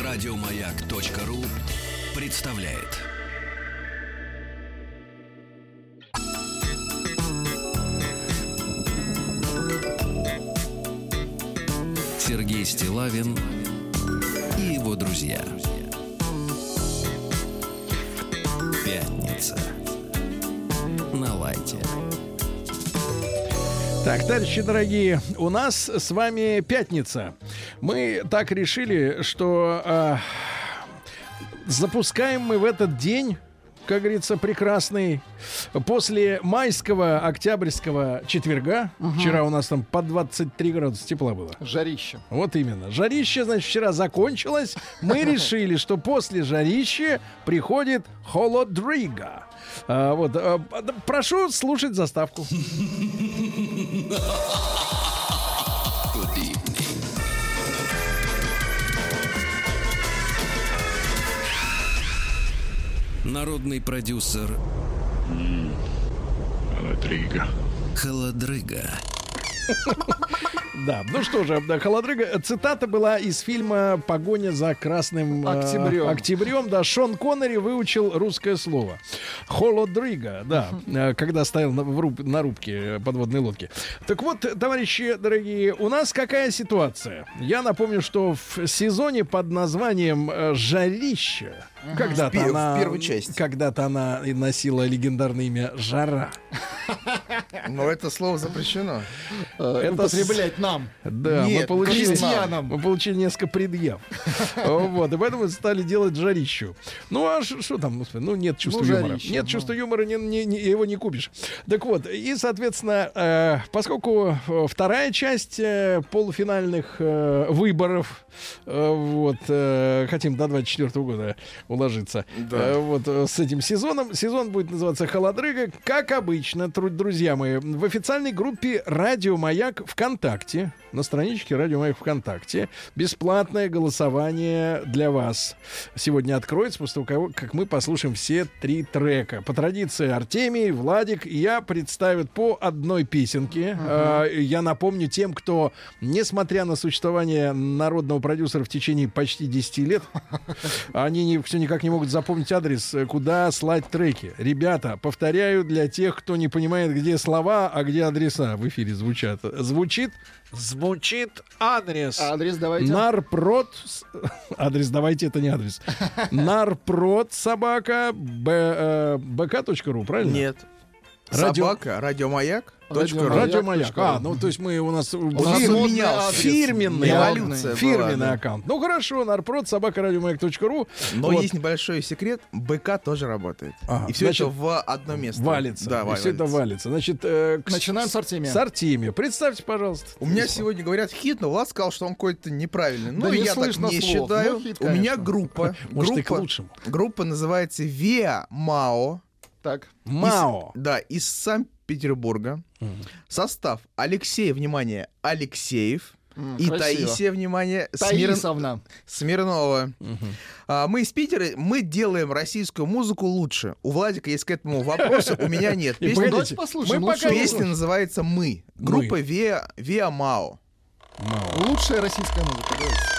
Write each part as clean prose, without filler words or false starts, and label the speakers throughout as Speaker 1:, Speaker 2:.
Speaker 1: Радиомаяк.ру представляет. Сергей Стиллавин и его друзья. Пятница. На лайте.
Speaker 2: Так, товарищи дорогие, у нас с вами пятница. Мы так решили, что запускаем мы в этот день, как говорится, прекрасный, после майского, октябрьского четверга. Вчера у нас там по 23 градуса тепла было.
Speaker 3: Жарище.
Speaker 2: Вот именно. Жарище, значит, вчера закончилось. Мы решили, что после жарища приходит холодрига. Прошу слушать заставку.
Speaker 1: Народный продюсер Холодрыга.
Speaker 2: Да, ну что же, холодрыга. Цитата была из фильма «Погоня за красным октябрем». Да, Шон Коннери выучил русское слово. Холодрыга, да, когда стоял на рубке подводной лодки. Так вот, товарищи дорогие, у нас какая ситуация? Я напомню, что в сезоне под названием «Жарище» когда-то она носила лингендарное имя «Жара».
Speaker 4: Но это слово запрещено.
Speaker 2: Это
Speaker 3: употреблять нам.
Speaker 2: Да,
Speaker 3: нет,
Speaker 2: мы получили несколько предъяв. Вот, и поэтому стали делать жарищу. Ну, а что там? Ну, нет чувства юмора. Нет чувства юмора, его не купишь. Так вот, и, соответственно, поскольку вторая часть полуфинальных выборов, вот, хотим до 24 года уложиться, вот, с этим сезоном. Сезон будет называться «Холодрыга». Как обычно, друзья мои, в официальной группе «Радио Маяк» ВКонтакте, на страничке «Радио Маяк» ВКонтакте, бесплатное голосование для вас сегодня откроется после того, как мы послушаем все 3 трека. По традиции Артемий, Владик и я представят по одной песенке. Я напомню тем, кто, несмотря на существование народного продюсера в течение почти 10 лет, они все никак не могут запомнить адрес, куда слать треки. Ребята, повторяю для тех, кто не понимает, где слова, а где адреса в эфире звучат. Звучит адрес.
Speaker 3: Адрес давайте.
Speaker 2: Нарпрод. Адрес давайте, это не адрес. Нарпрод собака bk.ru, правильно?
Speaker 4: Нет. Собака, радиомаяк.
Speaker 2: Радиомаяк. Ну, то есть у нас фирменный аккаунт. Ну, хорошо, нарпрод@радиомаяк.ру.
Speaker 4: Но есть небольшой секрет. БК тоже работает. И все это в одно место.
Speaker 2: Валится. Да, все это валится. Значит,
Speaker 3: начинаем с Артемия.
Speaker 2: С Артемия. Представьте, пожалуйста.
Speaker 4: У меня сегодня говорят хит, но Влад сказал, что он какой-то неправильный. Ну, я так не считаю. У меня группа.
Speaker 2: Может, и к лучшему.
Speaker 4: Группа называется Виа Мао.
Speaker 3: Так.
Speaker 2: Мао.
Speaker 4: Да, из Санкт-Петербурга. Состав: Алексей, внимание, Алексеев. И
Speaker 3: красиво.
Speaker 4: Таисия, внимание, Смирнова. Мы из Питера, мы делаем российскую музыку лучше. У Владика есть к этому вопросы, у меня нет. Песня называется «Мы». Группа Виа Мао.
Speaker 3: Лучшая российская музыка.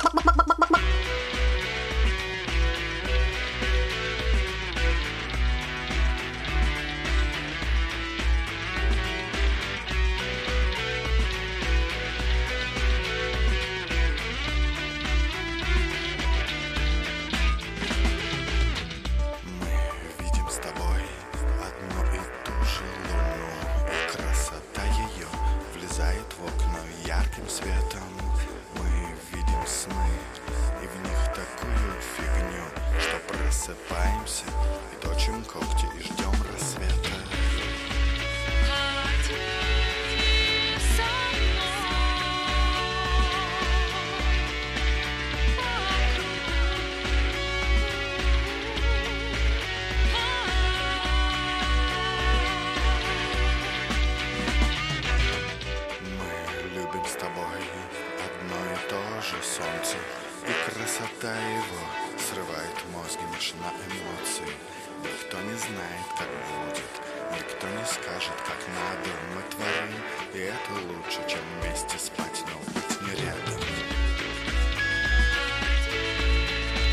Speaker 5: Просыпаемся и точим когти и ждем рассвета. Мы любим с тобой одно и то же солнце, и красота его срывает мозги наши на эмоции. Никто не знает, как будет, никто не скажет, как надо. Мы творим, и это лучше, чем вместе спать, но быть не рядом.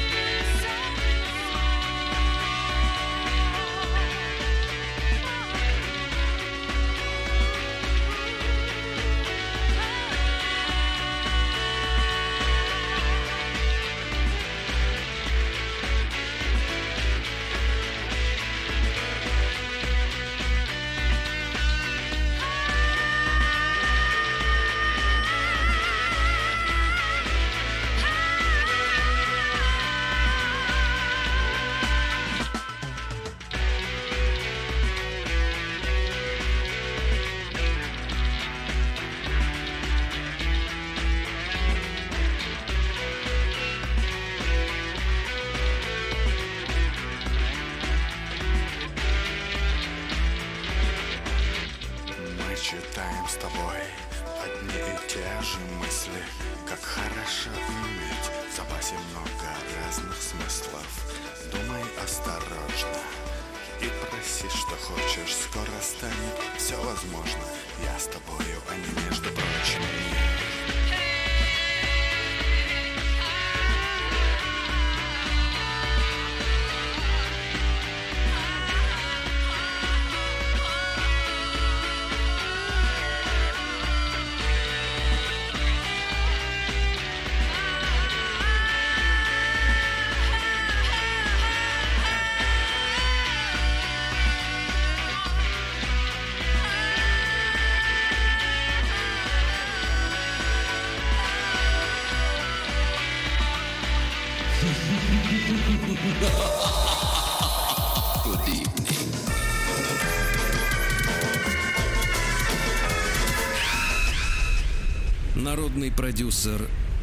Speaker 5: те же мысли, как хорошо иметь в запасе много разных смыслов. Думай осторожно и проси, что хочешь. Скоро станет все возможно. Я с тобою, а не между прочим.
Speaker 1: Народный продюсер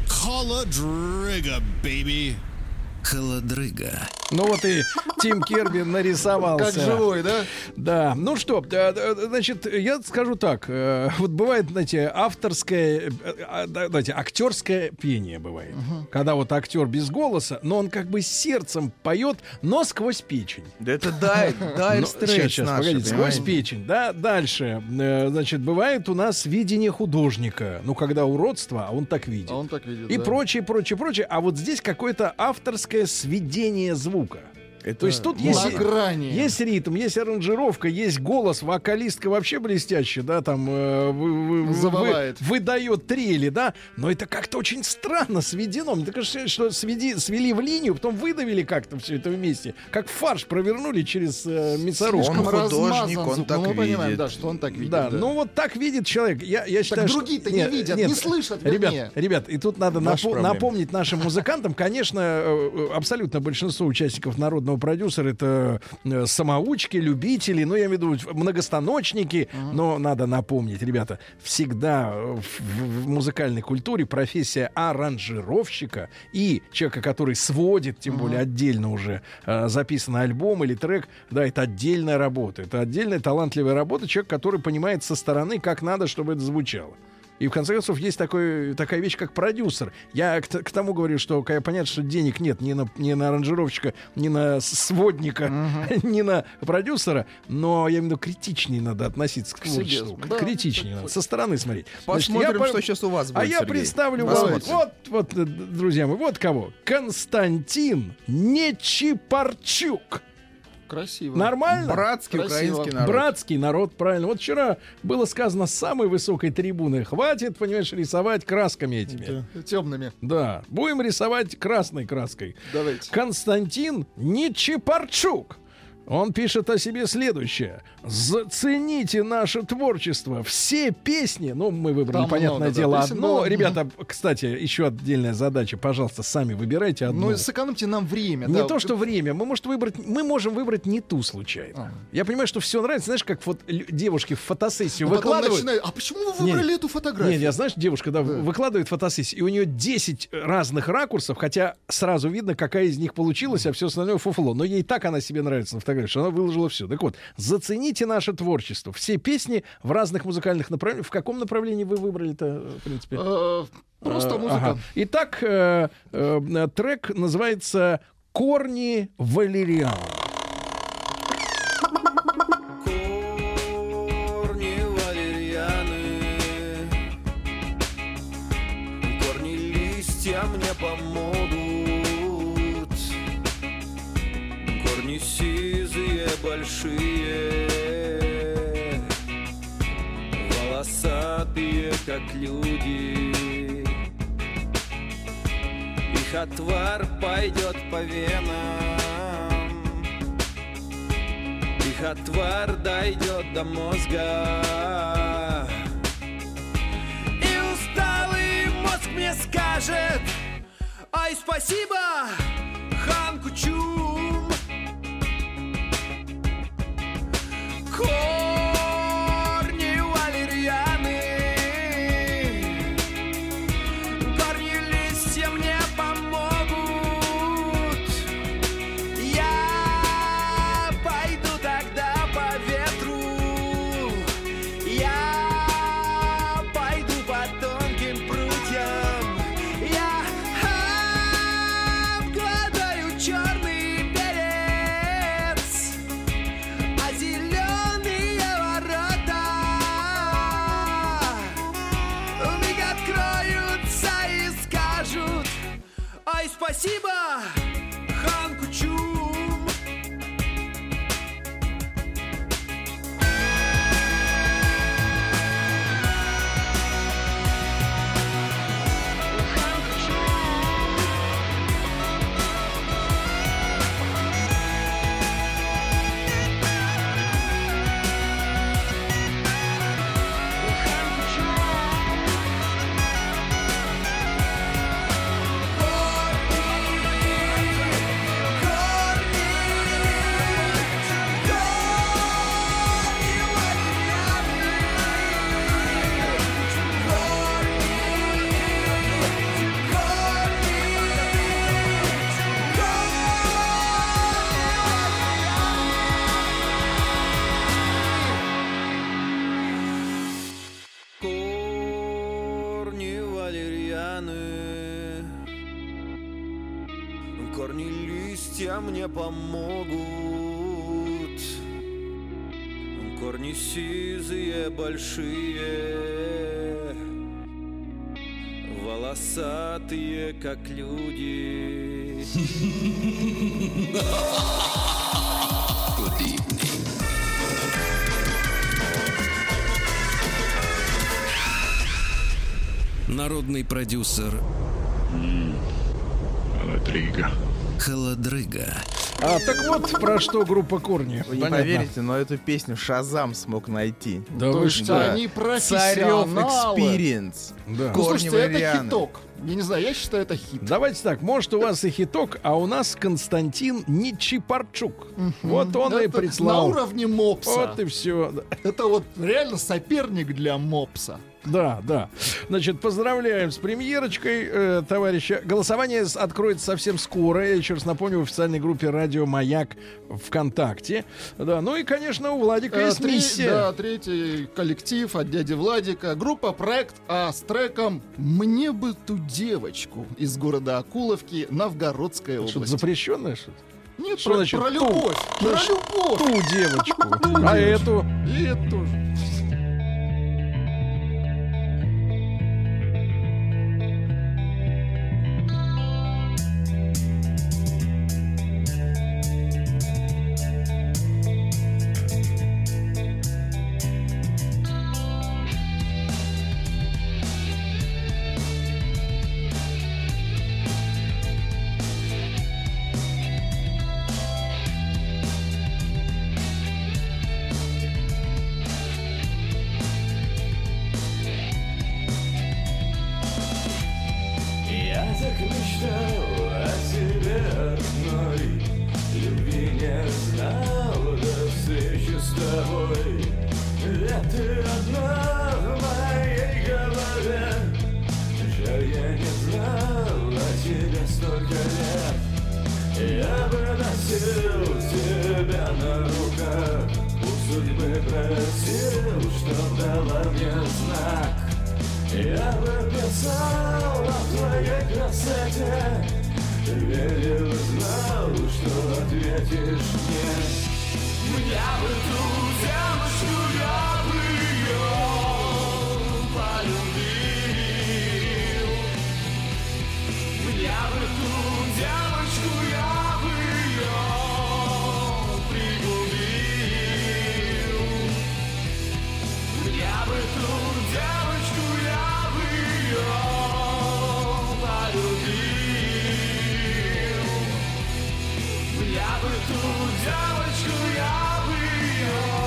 Speaker 6: Холодрыга, baby.
Speaker 1: Холодрыга.
Speaker 2: Ну вот и Тим Керби нарисовался.
Speaker 3: Как живой, да?
Speaker 2: Да. Ну что, значит, я скажу так. Вот бывает, знаете, авторское, знаете, актерское пение бывает. Когда вот актер без голоса, но он как бы сердцем поет, но сквозь печень.
Speaker 4: Да это Dire Straits
Speaker 2: Сейчас,
Speaker 4: наши,
Speaker 2: погодите, сквозь
Speaker 4: понимаете?
Speaker 2: печень. Да, дальше. Значит, бывает у нас видение художника. Ну, когда уродство, а он так видит.
Speaker 3: А он так видит,
Speaker 2: И
Speaker 3: да.
Speaker 2: прочее. А вот здесь какое-то авторское сведение звука. То есть тут
Speaker 3: на
Speaker 2: есть,
Speaker 3: грани.
Speaker 2: есть ритм, есть аранжировка, есть голос, вокалистка вообще блестящая, да, там
Speaker 3: Завывает.
Speaker 2: выдает трели, да, но это как-то очень странно сведено. Мне кажется, что свели в линию, потом выдавили как-то все это вместе, как фарш провернули через мясорубку.
Speaker 4: Он художник,
Speaker 3: размазан
Speaker 4: он
Speaker 3: звук.
Speaker 4: так
Speaker 3: Ну, мы понимаем,
Speaker 4: видит.
Speaker 3: да, что он так видит.
Speaker 2: Да, ну вот так видит человек. Я считаю, что...
Speaker 3: другие-то не видят, не слышат, вернее.
Speaker 2: Ребят, и тут надо
Speaker 4: Ваша проблема.
Speaker 2: напомнить нашим музыкантам, конечно, абсолютно большинство участников народного продюсера — это самоучки, любители, ну, я имею в виду многостаночники, но надо напомнить, ребята, всегда в музыкальной культуре профессия аранжировщика и человека, который сводит, тем более отдельно уже записанный альбом или трек, да, это отдельная работа, это отдельная талантливая работа, человек, который понимает со стороны, как надо, чтобы это звучало. И в конце концов есть такая вещь, как продюсер. Я к тому говорю, что понятно, что денег нет ни на аранжировщика, ни на сводника, ни на продюсера, но я имею в виду критичнее надо относиться к творчеству.
Speaker 3: Да,
Speaker 2: критичнее надо, со стороны смотреть.
Speaker 4: Посмотрим,
Speaker 2: Значит,
Speaker 4: что сейчас у вас будет,
Speaker 2: А я
Speaker 4: Сергей.
Speaker 2: представлю вам,
Speaker 4: Посмотрим.
Speaker 2: вот, друзья мои, вот кого. Константин Нечипарчук.
Speaker 3: Красиво.
Speaker 2: Нормально?
Speaker 4: Братский
Speaker 3: Красиво.
Speaker 4: украинский народ.
Speaker 2: Братский народ, правильно. Вот вчера было сказано с самой высокой трибуны: хватит, понимаешь, рисовать красками этими.
Speaker 3: Темными.
Speaker 2: Да, будем рисовать красной краской.
Speaker 3: Давайте.
Speaker 2: Константин Нечипарчук. Он пишет о себе следующее: зацените наше творчество. Все песни, ну, мы выбрали,
Speaker 3: Там
Speaker 2: понятное
Speaker 3: много, да,
Speaker 2: дело,
Speaker 3: песен
Speaker 2: одно.
Speaker 3: было.
Speaker 2: Ребята, кстати, еще отдельная задача. Пожалуйста, сами выбирайте одну.
Speaker 3: Ну, сэкономьте нам время.
Speaker 2: Не
Speaker 3: да.
Speaker 2: то, что время. Мы можем выбрать не ту случайно. Я понимаю, что все нравится. Знаешь, как вот девушки в фотосессию
Speaker 3: Ну, потом
Speaker 2: выкладывают.
Speaker 3: начинают, а почему вы выбрали эту фотографию?
Speaker 2: Нет, я знаешь, девушка, да, выкладывает фотосессию, и у нее 10 разных ракурсов, хотя сразу видно, какая из них получилась, а все остальное фуфло. Но ей так она себе нравится на фотографии, что она выложила все. Так вот, зацените наше творчество. Все песни в разных музыкальных направлениях. В каком направлении вы выбрали-то, в принципе?
Speaker 3: Просто музыка.
Speaker 2: Ага. Итак, трек называется «Корни валерианы».
Speaker 7: Корни валерианы, корни листья мне помогут, корни сизые большие, волосатые как люди. Их отвар пойдет по венам, их отвар дойдет до мозга, и усталый мозг мне скажет: ай, спасибо, хан Кучум. Корни валерианы, корни листья мне помогут. Я пойду тогда по ветру, я пойду по тонким корни листья мне помогут. Корни сизые, большие, волосатые, как люди.
Speaker 1: Народный продюсер Холодрыга.
Speaker 2: Так вот, про что группа Корни.
Speaker 4: Вы не поверите, но эту песню Шазам смог найти.
Speaker 2: Да вы что?
Speaker 3: Они
Speaker 4: Царев
Speaker 3: профессионалы.
Speaker 4: Экспириенс.
Speaker 2: Да.
Speaker 3: Ну, слушайте, это
Speaker 4: Варианы.
Speaker 3: хиток. Я не знаю, я считаю, это хит.
Speaker 2: Давайте так, может, у вас и хиток, а у нас Константин Ничипарчук. Вот он и
Speaker 3: Это
Speaker 2: прислал.
Speaker 3: на уровне мопса.
Speaker 2: Вот и все.
Speaker 3: Это вот реально соперник для мопса.
Speaker 2: Да, да. Значит, поздравляем с премьерочкой, товарища. Голосование откроется совсем скоро. Я еще раз напомню, в официальной группе «Радио Маяк» ВКонтакте. Да, ну и, конечно, у Владика есть миссия.
Speaker 3: Да, третий коллектив от дяди Владика. Группа «Проект А» с треком «Мне бы ту девочку» из города Окуловки, Новгородская область.
Speaker 2: Что-то запрещенное, что-то?
Speaker 3: Нет,
Speaker 2: Что
Speaker 3: про,
Speaker 2: значит
Speaker 3: про
Speaker 2: ту?
Speaker 3: любовь. Про
Speaker 2: Значит,
Speaker 3: любовь.
Speaker 2: Ту девочку.
Speaker 3: Ту
Speaker 2: А
Speaker 3: девочку.
Speaker 2: эту?
Speaker 3: И это тоже.
Speaker 7: Я так мечтал о себе одной, любви не знал до встречи с тобой. Ведь ты одна в моей голове, жаль, я не знал о тебе столько лет. Я бы носил тебя на руках, у судьбы просил, чтоб дала мне знак. Я бы писал о твоей красоте, верил и знал, что ответишь мне. Мне бы ту девушку, я бы ее полюбил. Мне бы ту девушку, я бы ее пригубил. Мне бы ту девочку, я бы ее полюбил. Мне бы ту девочку, я бы ее.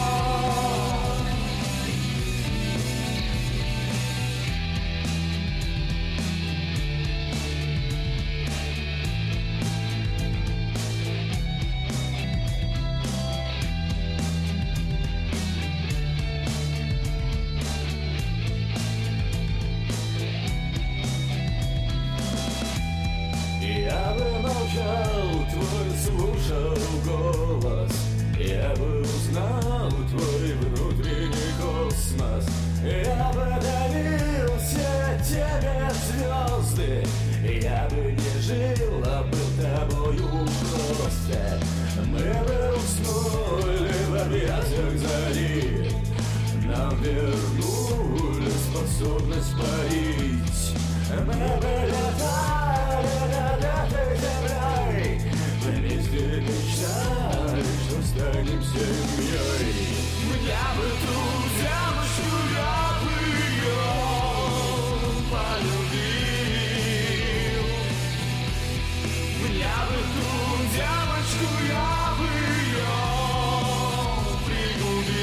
Speaker 7: Я бы молчал, твой слушал голос, я бы узнал твой внутренний космос, я бы дарил все тебе звезды, я бы не жил, а был тобою просто. Мы бы уснули в объятиях зари, нам вернули способность парить. Мы бы летали над этой землей, вместе мечтали, что станем семьей. Мне бы ту девушку, я бы ее полюбил. Мне бы ту девушку, я бы ее пригубил.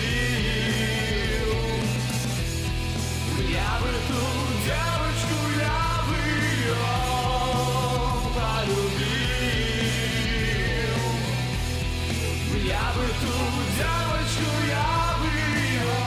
Speaker 7: Мне бы ту девочку, я бы ее полюбил. Мне бы ту девочку, я бы ее.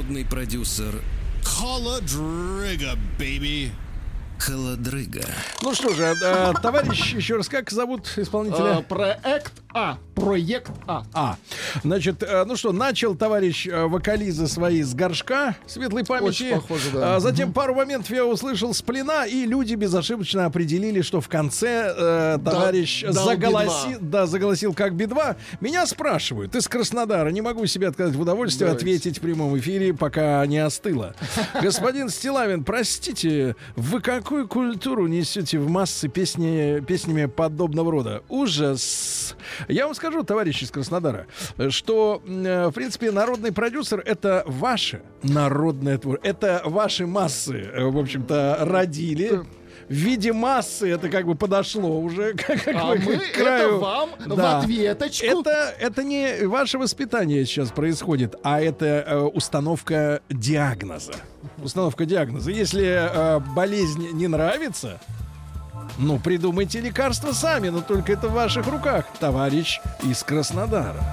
Speaker 1: Народный продюсер
Speaker 6: Холодрыга, baby.
Speaker 1: Холодрыга.
Speaker 2: Ну что же, товарищ, еще раз, как зовут исполнителя?
Speaker 3: Проект А. Проект А.
Speaker 2: Значит, ну что, начал товарищ вокализы свои с горшка светлой памяти.
Speaker 3: Очень похоже, да.
Speaker 2: Затем пару моментов я услышал с плена, и люди безошибочно определили, что в конце товарищ заголосил как Би-2. Меня спрашивают из Краснодара, не могу себе отказать в удовольствии ответить в прямом эфире, пока не остыло. Господин Стилавин, простите, вы какую культуру несете в массы песнями подобного рода? Ужас! Я вам скажу, товарищи из Краснодара, что, в принципе, народный продюсер — это ваше народное творчество. Это ваши массы, в общем-то, родили. В виде массы это как бы подошло уже к краю.
Speaker 3: Это вам в ответочку.
Speaker 2: Это не ваше воспитание сейчас происходит, а это установка диагноза. Установка диагноза. Если болезнь не нравится, ну, придумайте лекарства сами, но только это в ваших руках, товарищ из Краснодара.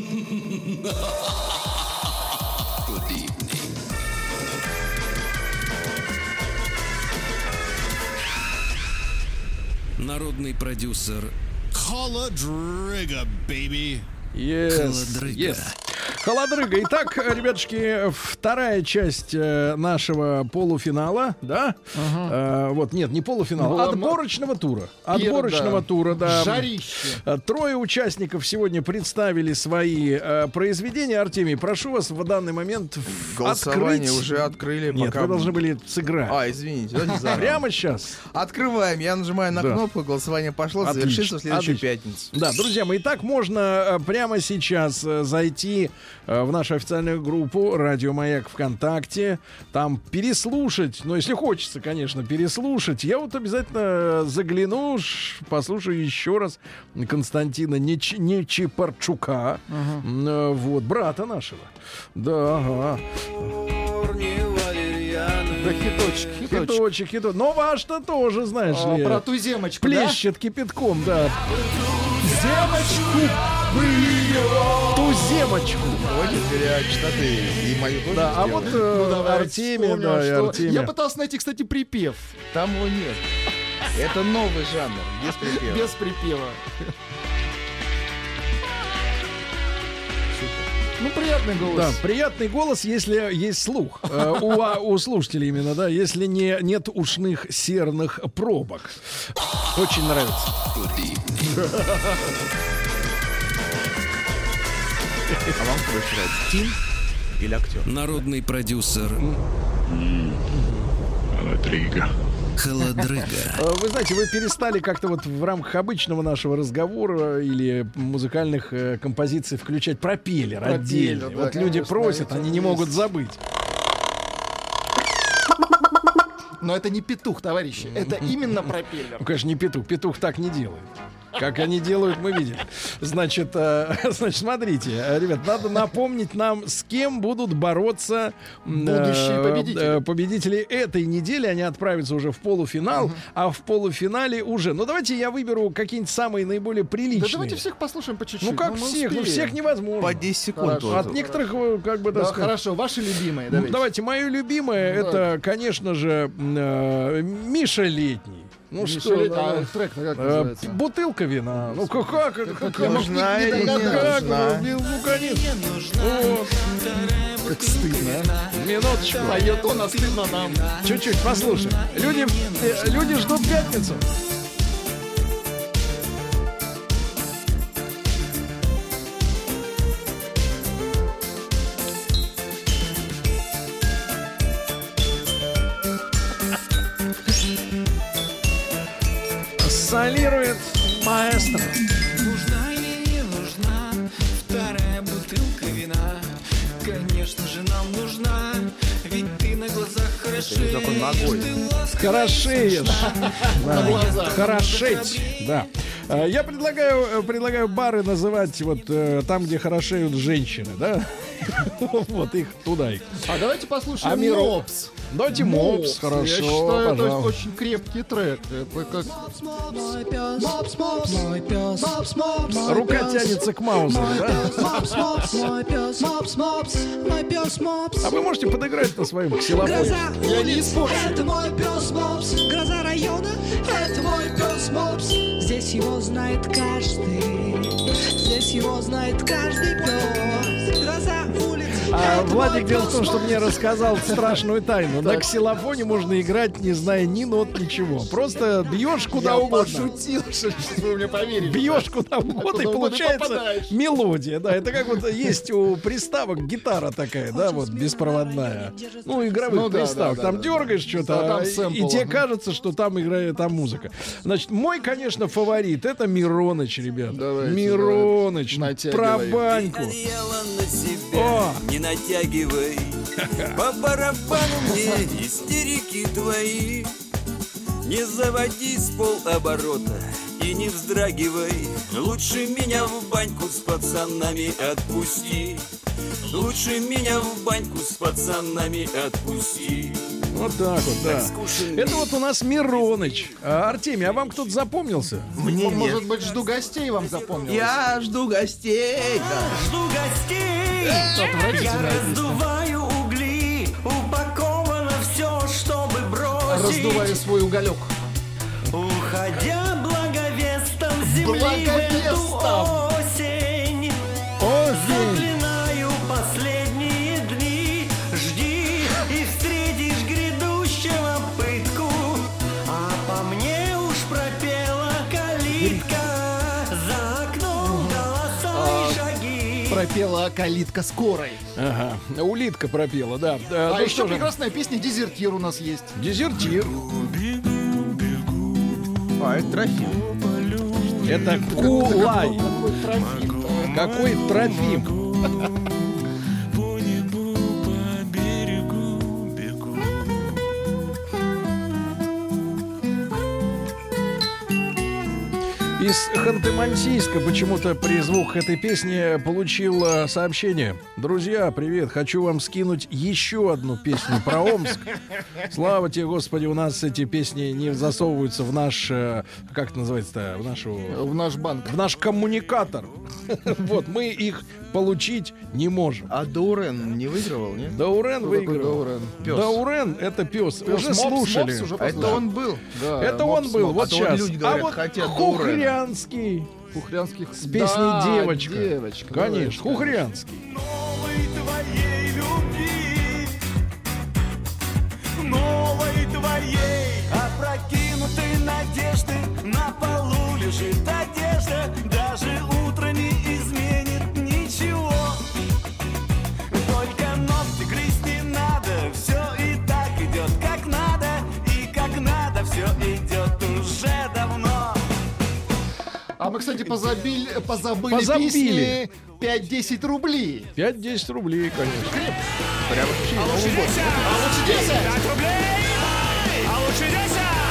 Speaker 1: Народный продюсер
Speaker 6: Холодрыга, baby.
Speaker 2: Холодрыга. Холодрыга. Итак, ребятушки, вторая часть нашего полуфинала, да? Вот, нет, не полуфинала, отборочного тура. Тура, да.
Speaker 3: Жарище.
Speaker 2: Трое участников сегодня представили свои произведения. Артемий, прошу вас в данный момент
Speaker 4: голосование уже открыли.
Speaker 2: Нет,
Speaker 4: пока...
Speaker 2: вы должны были сыграть.
Speaker 4: Извините.
Speaker 2: Прямо сейчас.
Speaker 4: Открываем. Я нажимаю на кнопку, голосование пошло, завершится в следующую пятницу.
Speaker 2: Да, друзья мои, итак, можно прямо сейчас зайти в нашу официальную группу «Радио Маяк» ВКонтакте, там переслушать, ну, если хочется, конечно, переслушать. Я вот обязательно загляну, послушаю еще раз Константина Нечипарчука, вот, брата нашего. Да, ага.
Speaker 3: Да, хиточек.
Speaker 2: Но ваш-то тоже, знаешь ли.
Speaker 3: Про ту земочку,
Speaker 2: плещет кипятком, да. Земочку бы ее. Ту земочку.
Speaker 4: И мою тоже
Speaker 2: да, а вот Артемий, да, и Артемий.
Speaker 3: Я пытался найти, кстати, припев.
Speaker 4: Там его нет. Это новый жанр, без припева.
Speaker 3: Без припева. Ну, приятный голос.
Speaker 2: Да, приятный голос, если есть слух. У слушателей именно, да, если нет ушных серных пробок. Очень нравится.
Speaker 4: А вам кто больше нравится, Тим или актер?
Speaker 1: Народный продюсер Холодрыга.
Speaker 2: Вы знаете, вы перестали как-то вот в рамках обычного нашего разговора или музыкальных композиций включать пропеллер отдельно. Да, вот конечно, люди просят, они не могут забыть.
Speaker 3: Но это не петух, товарищи. Это именно пропеллер.
Speaker 2: Ну, конечно, не петух. Петух так не делает. Как они делают, мы видели. Значит, смотрите, ребят, надо напомнить нам, с кем будут бороться
Speaker 3: будущие
Speaker 2: победители этой недели. Они отправятся уже в полуфинал, а в полуфинале уже. Ну, давайте я выберу какие-нибудь самые наиболее приличные.
Speaker 3: Да давайте всех послушаем по чуть-чуть.
Speaker 2: Ну, как всех? Ну, всех невозможно.
Speaker 4: По 10 секунд.
Speaker 2: От некоторых, как бы, так сказать.
Speaker 3: Хорошо, ваши любимые.
Speaker 2: Давайте, мое любимое, это, конечно же, Миша Летний. Ну
Speaker 3: Миша,
Speaker 2: что,
Speaker 3: трек как называется?
Speaker 2: Бутылка вина. Ну как
Speaker 4: нужна или не нужна?
Speaker 2: Ну, конечно.
Speaker 3: Как стыдно, а?
Speaker 2: Минуточку.
Speaker 3: Поет он, а стыдно нам.
Speaker 2: Чуть-чуть послушаем. Люди ждут пятницу. Солирует маэстро.
Speaker 7: Нужна или не нужна вторая бутылка вина? Конечно же нам нужна, ведь ты на глазах хорошеешь.
Speaker 2: Хорошеешь. Хорошеть. Да. Я предлагаю бары называть вот там, где хорошеют женщины, да? Вот их туда их.
Speaker 3: А давайте послушаем Мопс.
Speaker 2: Давайте Мопс, хорошо,
Speaker 3: я считаю, это
Speaker 2: пожалуйста.
Speaker 3: очень крепкий трек. Это как...
Speaker 7: Мой пес, мой пес, мой
Speaker 2: Рука
Speaker 7: пес.
Speaker 2: тянется к Маузеру, да?
Speaker 7: Мой пес, мой пес, Мопс.
Speaker 2: А вы можете подыграть на своем ксилофоне?
Speaker 7: Гроза
Speaker 3: Я не
Speaker 7: улиц,
Speaker 3: испорчу.
Speaker 7: это мой пес Мопс. Гроза района, это мой пес Мопс. Здесь его знает каждый. Здесь его знает каждый пес. Гроза улиц.
Speaker 2: А
Speaker 7: это
Speaker 2: Владик
Speaker 7: мой
Speaker 2: дело в
Speaker 7: пес
Speaker 2: том, что
Speaker 7: Мопс.
Speaker 2: мне рассказал страшную тайну. На ксилофоне можно играть, не зная ни нот, ничего. Просто бьешь куда
Speaker 3: Я
Speaker 2: угодно.
Speaker 3: пошутил, что вы мне поверили.
Speaker 2: Бьешь куда угодно, и
Speaker 3: Куда угодно
Speaker 2: получается
Speaker 3: попадаешь.
Speaker 2: мелодия. Да, это как вот есть у приставок гитара такая, да, вот беспроводная. Ну, игровых
Speaker 3: Ну да,
Speaker 2: приставок.
Speaker 3: да,
Speaker 2: Там
Speaker 3: да.
Speaker 2: дергаешь
Speaker 3: А
Speaker 2: что-то,
Speaker 3: там
Speaker 2: и
Speaker 3: сэмпл,
Speaker 2: тебе
Speaker 3: ага.
Speaker 2: кажется, что там играет там музыка. Значит, мой, конечно, фаворит — это Мироныч, ребята.
Speaker 3: Давайте,
Speaker 2: Мироныч,
Speaker 3: давайте.
Speaker 2: про
Speaker 3: Натягивай.
Speaker 2: баньку.
Speaker 8: Одеяло на себя
Speaker 2: О!
Speaker 8: не натягивай. По барабану мне истерики твои. Не заводи с полоборота и не вздрагивай. Лучше меня в баньку с пацанами отпусти. Лучше меня в баньку с пацанами отпусти.
Speaker 2: Вот так вот, да. Это вот у нас Мироныч. Артемий, а вам кто-то запомнился?
Speaker 4: Мне нет.
Speaker 3: Может быть, жду гостей вам запомнилось?
Speaker 4: Я жду гостей. Да.
Speaker 8: Жду гостей. Я
Speaker 3: Отвратительная песня.
Speaker 8: раздуваю угли. Упаковано все, чтобы бросить.
Speaker 3: Раздуваю свой уголек.
Speaker 8: Уходя благовестом земли в эту
Speaker 3: Благовестом.
Speaker 8: осень. Заклинаю последние дни. Жди и встретишь грядущего пытку. А по мне уж пропела калитка. За окном голоса и шаги.
Speaker 3: Пропела калитка скорой.
Speaker 2: Ага, улитка пропела, да.
Speaker 3: А
Speaker 2: Ну
Speaker 3: еще
Speaker 2: что же,
Speaker 3: прекрасная песня «Дезертир» у нас есть.
Speaker 2: Дезертир.
Speaker 4: А, это Трофим.
Speaker 2: Это Кулай.
Speaker 3: Какой Трофим.
Speaker 2: Какой Трофим.
Speaker 6: По небу, по берегу бегу.
Speaker 2: Из Ханты-Мансийска почему-то при звуках этой песни получил сообщение. Друзья, привет, хочу вам скинуть еще одну песню про Омск. Слава тебе, Господи, у нас эти песни не засовываются в наш, как это называется-то,
Speaker 3: В наш банк.
Speaker 2: в наш коммуникатор. Вот, мы их получить не можем.
Speaker 4: А Даурен не выигрывал, нет?
Speaker 2: Даурен
Speaker 3: Такой
Speaker 2: выиграл.
Speaker 3: Даурен.
Speaker 4: Пёс.
Speaker 2: Это это пес. Уже
Speaker 3: Мопс,
Speaker 2: слушали.
Speaker 3: Мопс уже
Speaker 4: А это
Speaker 3: послушали.
Speaker 4: он был.
Speaker 3: Да,
Speaker 2: Это
Speaker 3: Мопс,
Speaker 2: он был,
Speaker 3: Мопс.
Speaker 2: вот
Speaker 4: А то вот
Speaker 2: сейчас.
Speaker 4: люди говорят,
Speaker 2: а вот
Speaker 4: хотят
Speaker 2: Хухрянский.
Speaker 3: Хухрянских
Speaker 2: С песней
Speaker 3: Да,
Speaker 2: «Девочка».
Speaker 3: девочка.
Speaker 2: Конечно,
Speaker 3: давайте,
Speaker 2: Хухрянский.
Speaker 6: Новой твоей любви, новой твоей опрокинутой надежды. На полу лежит одежда, даже утро не изменит ничего. Только ногти грызть не надо, все и так идет как надо. И как надо все идет уже давно.
Speaker 3: А мы, кстати, позабыли
Speaker 2: Позабили.
Speaker 3: песни 5-10 рублей.
Speaker 2: 5-10 рублей, конечно.
Speaker 4: Прямо
Speaker 6: А лучше 10!
Speaker 3: А лучше 10!
Speaker 6: 5 рублей! А лучше 10!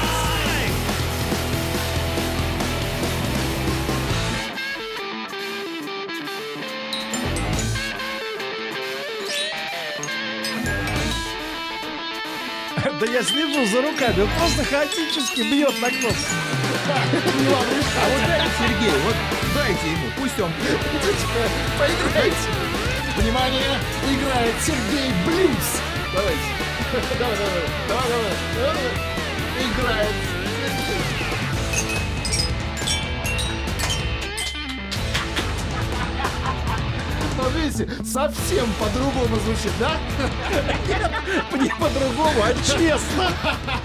Speaker 2: Да я слежу за руками, он просто хаотически бьет на кнопку.
Speaker 4: А вот дайте Сергею, вот дайте ему, пусть он.
Speaker 3: Поиграйте. Внимание, играет Сергей Блюз. Давайте. Давай. Играет. Ну, видите, совсем по-другому звучит, да?
Speaker 2: Не по-другому, а честно.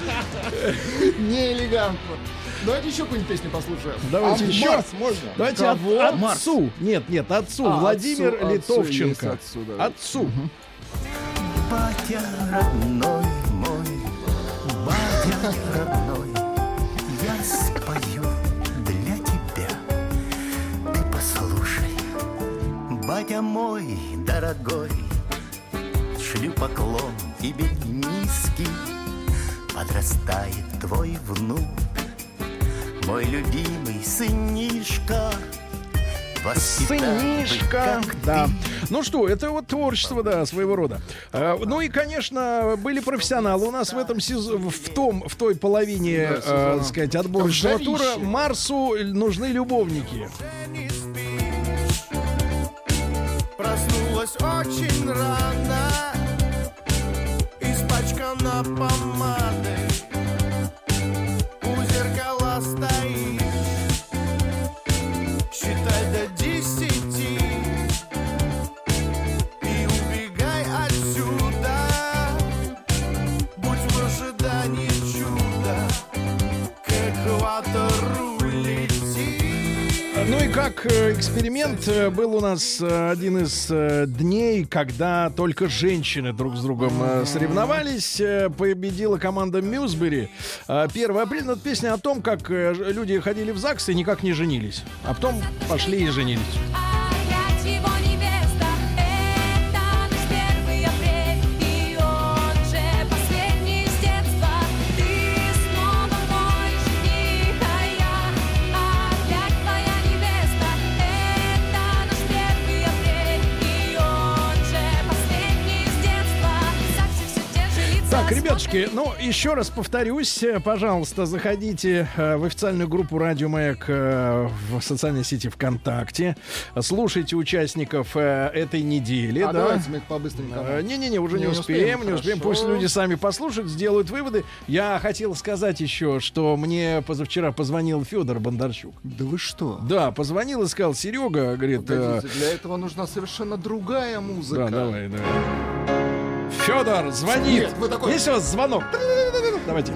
Speaker 3: Не элегантно. Давайте еще какую-нибудь песню послушаем.
Speaker 2: Давайте
Speaker 3: А
Speaker 2: еще.
Speaker 3: Марс можно?
Speaker 2: Давайте
Speaker 3: Кого?
Speaker 2: отцу. Нет, отцу.
Speaker 3: А,
Speaker 2: Владимир
Speaker 3: отцу,
Speaker 2: Литовченко.
Speaker 3: есть отцу, да.
Speaker 2: Отцу.
Speaker 8: Батя родной мой, батя родной, я спою для тебя. Ты послушай, батя мой дорогой, шлю поклон тебе низкий. Подрастает твой внук, мой любимый сынишка.
Speaker 2: Сынишка, да. Ну что, это вот творчество, да, своего рода. Ну и, конечно, были профессионалы у нас в этом в той половине, так сказать, отборочного тура. Марсу нужны любовники.
Speaker 9: Проснулась очень рано, испачкана помадой, у зеркала стоишь, считай до 10 и убегай отсюда, будь в ожидании чуда, к экватору лети.
Speaker 2: Ну и как эксперимент был у нас один из дней, когда только женщины друг с другом соревновались. Победила команда Мьюзбери. 1 апреля. Ну, это песня о том, как люди ходили в ЗАГС и никак не женились. А потом пошли и женились. Так, ребятушки, ну, еще раз повторюсь, пожалуйста, заходите в официальную группу «Радио Маяк» в социальной сети ВКонтакте, слушайте участников этой недели.
Speaker 3: А да? Давайте мы их по-быстренькому.
Speaker 2: Не-не-не, уже не успеем. Пусть люди сами послушают, сделают выводы. Я хотел сказать еще, что мне позавчера позвонил Федор Бондарчук.
Speaker 3: Да вы что?
Speaker 2: Да, позвонил и сказал: Серега, говорит...
Speaker 3: Погодите, для этого нужна совершенно другая музыка.
Speaker 2: Да, давай. Федор звонит.
Speaker 3: Нет, вы такой...
Speaker 2: Есть у вас звонок? Давайте.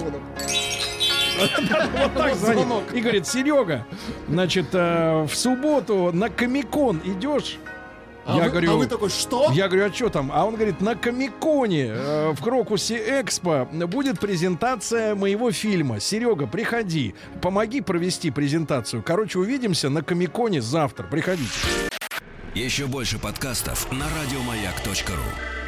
Speaker 2: Вот так звонит. И говорит: Серега, значит, в субботу на Комик-кон идешь? Я говорю,
Speaker 3: вы такой, что?
Speaker 2: Я говорю, а что там? А он говорит: на Комик-коне в Крокусе Экспо будет презентация моего фильма. Серега, приходи, помоги провести презентацию. Короче, увидимся на Комик-коне завтра. Приходите.
Speaker 1: Еще больше подкастов на радиомаяк.ру.